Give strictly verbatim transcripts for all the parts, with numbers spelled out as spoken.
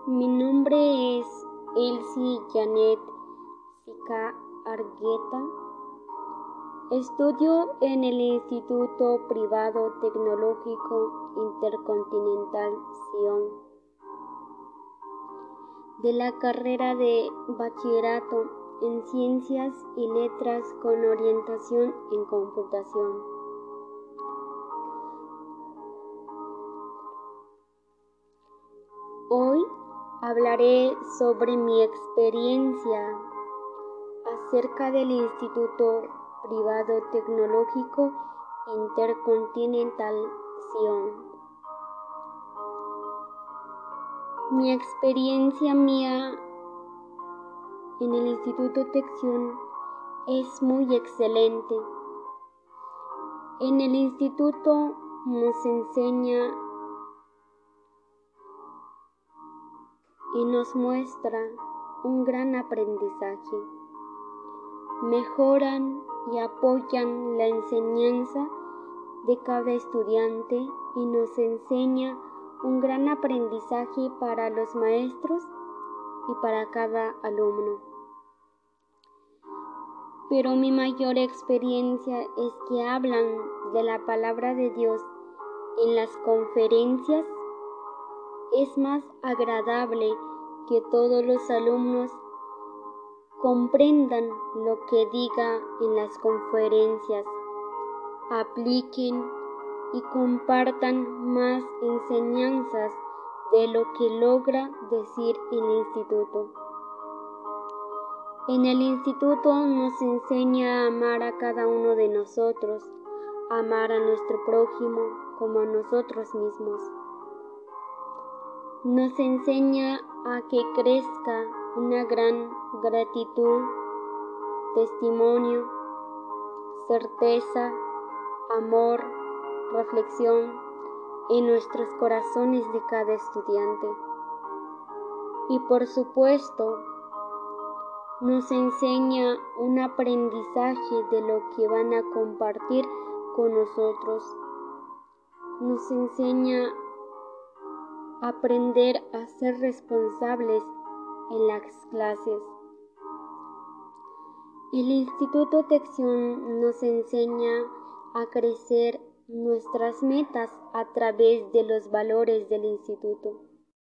Mi nombre es Elsie Janet Sica Argueta. Estudio en el Instituto Privado Tecnológico Intercontinental Sion de la carrera de Bachillerato en Ciencias y Letras con orientación en Computación. Hoy hablaré sobre mi experiencia acerca del Instituto Privado Tecnológico Intercontinental Sion. Mi experiencia mía en el Instituto Tección es muy excelente. En el instituto nos enseña y nos muestra un gran aprendizaje. Mejoran y apoyan la enseñanza de cada estudiante y nos enseña un gran aprendizaje para los maestros y para cada alumno. Pero mi mayor experiencia es que hablan de la palabra de Dios en las conferencias. Es más agradable que todos los alumnos comprendan lo que diga en las conferencias, apliquen y compartan más enseñanzas de lo que logra decir el instituto. En el instituto nos enseña a amar a cada uno de nosotros, a amar a nuestro prójimo como a nosotros mismos. Nos enseña a que crezca una gran gratitud, testimonio, certeza, amor, reflexión en nuestros corazones de cada estudiante. Y por supuesto, nos enseña un aprendizaje de lo que van a compartir con nosotros. Nos enseña a aprender a ser responsables en las clases. El Instituto Tección nos enseña a crecer nuestras metas a través de los valores del instituto,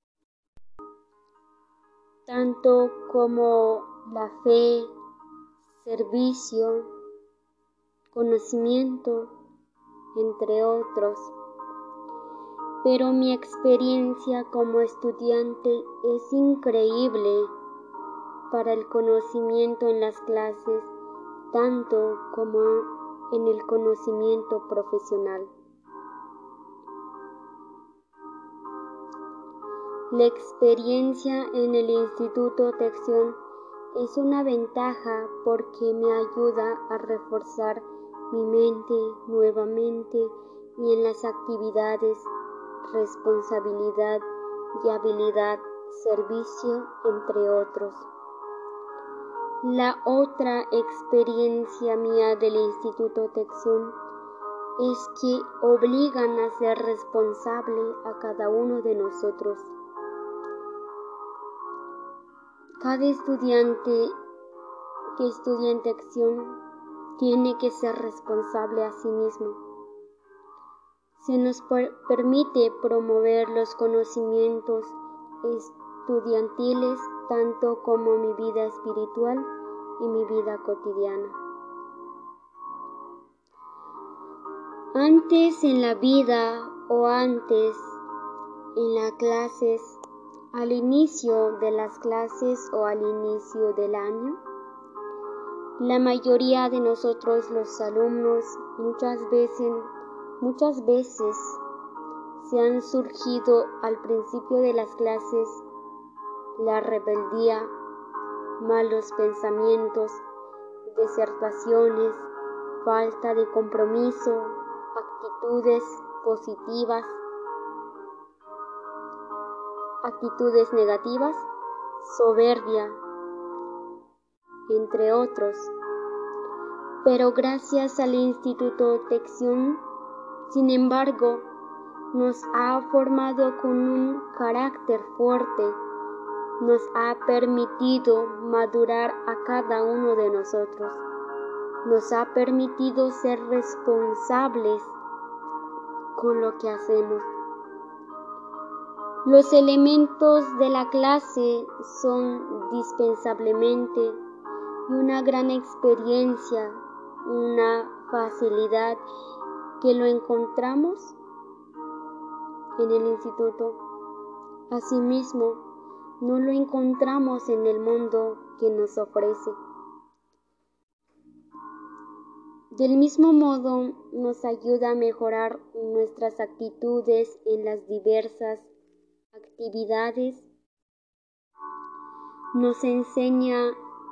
tanto como la fe, servicio, conocimiento, entre otros. Pero mi experiencia como estudiante es increíble para el conocimiento en las clases, tanto como en el conocimiento profesional. La experiencia en el Instituto Tección es una ventaja porque me ayuda a reforzar mi mente nuevamente y en las actividades, responsabilidad y habilidad, servicio, entre otros. La otra experiencia mía del Instituto Tección es que obligan a ser responsable a cada uno de nosotros. Cada estudiante que estudia en Tección tiene que ser responsable a sí mismo. Se nos per- permite promover los conocimientos estudiantiles tanto como mi vida espiritual y mi vida cotidiana. Antes en la vida o antes en las clases, al inicio de las clases o al inicio del año, la mayoría de nosotros los alumnos muchas veces, muchas veces se han surgido al principio de las clases la rebeldía, malos pensamientos, desertaciones, falta de compromiso, actitudes positivas, actitudes negativas, soberbia, entre otros. Pero gracias al Instituto Tección, sin embargo, nos ha formado con un carácter fuerte, nos ha permitido madurar a cada uno de nosotros. Nos ha permitido ser responsables con lo que hacemos. Los elementos de la clase son dispensablemente una gran experiencia, una facilidad que lo encontramos en el instituto. Asimismo, no lo encontramos en el mundo que nos ofrece. Del mismo modo, nos ayuda a mejorar nuestras actitudes en las diversas actividades, nos enseña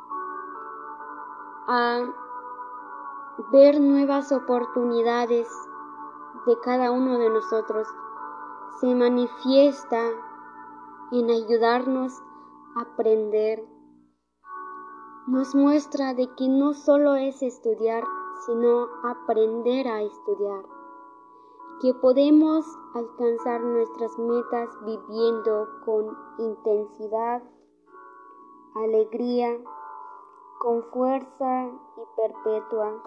a ver nuevas oportunidades de cada uno de nosotros. Se manifiesta en ayudarnos a aprender. Nos muestra de que no solo es estudiar, sino aprender a estudiar, que podemos alcanzar nuestras metas viviendo con intensidad, alegría, con fuerza y perpetua.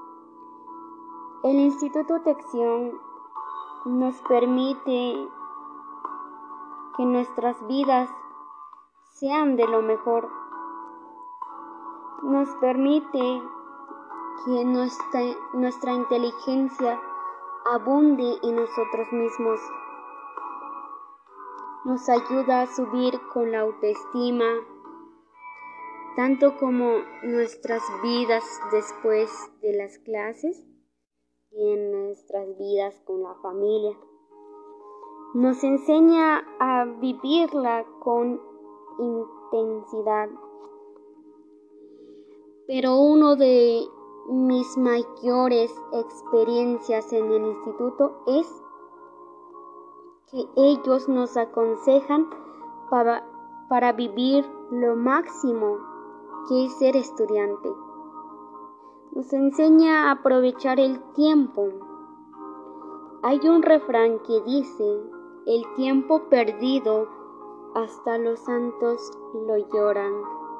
El Instituto Tección nos permite que nuestras vidas sean de lo mejor. Nos permite que nuestra, nuestra inteligencia abunde en nosotros mismos. Nos ayuda a subir con la autoestima, tanto como nuestras vidas después de las clases y en nuestras vidas con la familia. Nos enseña a vivirla con intensidad. Pero uno de mis mayores experiencias en el instituto es que ellos nos aconsejan para, para vivir lo máximo que es ser estudiante. Nos enseña a aprovechar el tiempo. Hay un refrán que dice: el tiempo perdido hasta los santos lo lloran.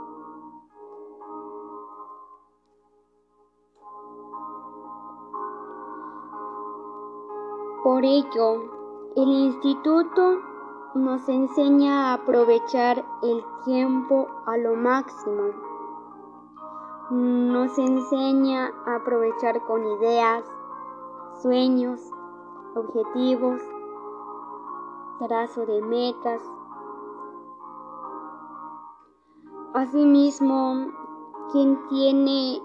Por ello, el instituto nos enseña a aprovechar el tiempo a lo máximo. Nos enseña a aprovechar con ideas, sueños, objetivos, trazo de metas. Asimismo, quien tiene,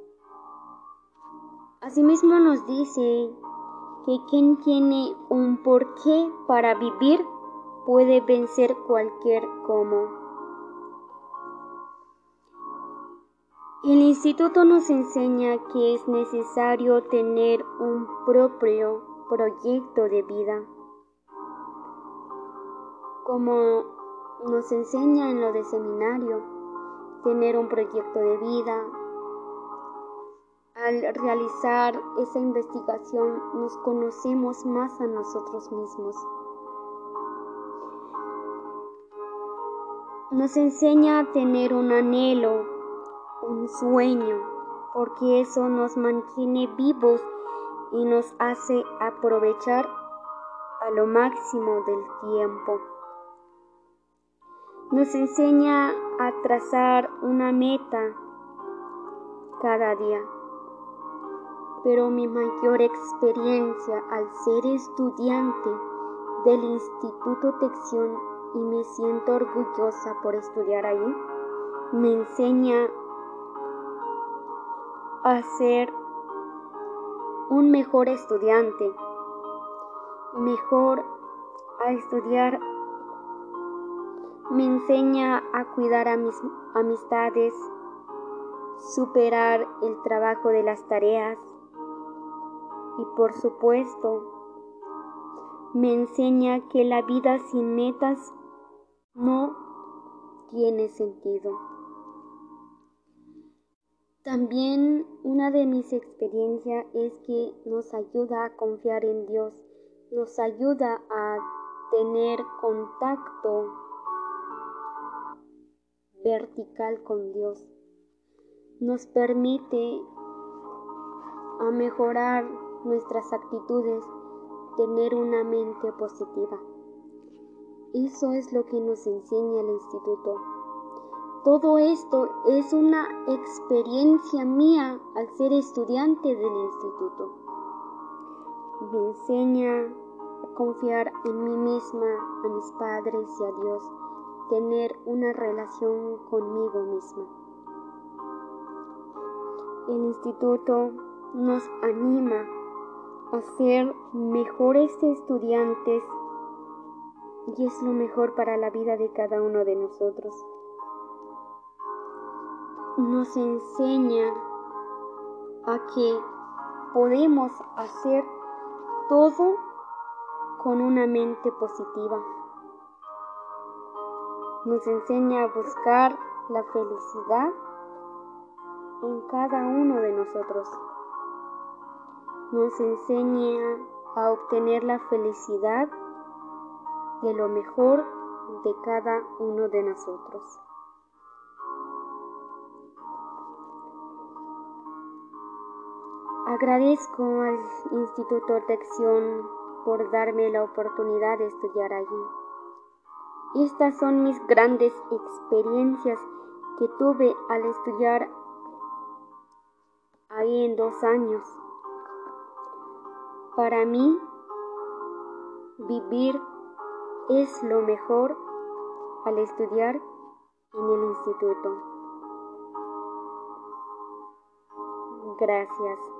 asimismo nos dice que quien tiene un porqué para vivir puede vencer cualquier cómo. El instituto nos enseña que es necesario tener un propio proyecto de vida, como nos enseña en lo de seminario, tener un proyecto de vida. Al realizar esa investigación nos conocemos más a nosotros mismos. Nos enseña a tener un anhelo, un sueño, porque eso nos mantiene vivos y nos hace aprovechar a lo máximo del tiempo. Nos enseña a trazar una meta cada día. Pero mi mayor experiencia al ser estudiante del Instituto Tección, y me siento orgullosa por estudiar ahí, me enseña a ser un mejor estudiante, mejor a estudiar, me enseña a cuidar a mis amistades, superar el trabajo de las tareas y, por supuesto, me enseña que la vida sin metas no tiene sentido. También una de mis experiencias es que nos ayuda a confiar en Dios, nos ayuda a tener contacto vertical con Dios. Nos permite a mejorar nuestras actitudes, tener una mente positiva. Eso es lo que nos enseña el instituto. Todo esto es una experiencia mía al ser estudiante del instituto. Me enseña a confiar en mí misma, a mis padres y a Dios, tener una relación conmigo misma. El instituto nos anima a ser mejores estudiantes y es lo mejor para la vida de cada uno de nosotros. Nos enseña a que podemos hacer todo con una mente positiva. Nos enseña a buscar la felicidad en cada uno de nosotros. Nos enseña a obtener la felicidad de lo mejor de cada uno de nosotros. Agradezco al Instituto Tección por darme la oportunidad de estudiar allí. Estas son mis grandes experiencias que tuve al estudiar ahí en dos años. Para mí, vivir es lo mejor al estudiar en el instituto. Gracias.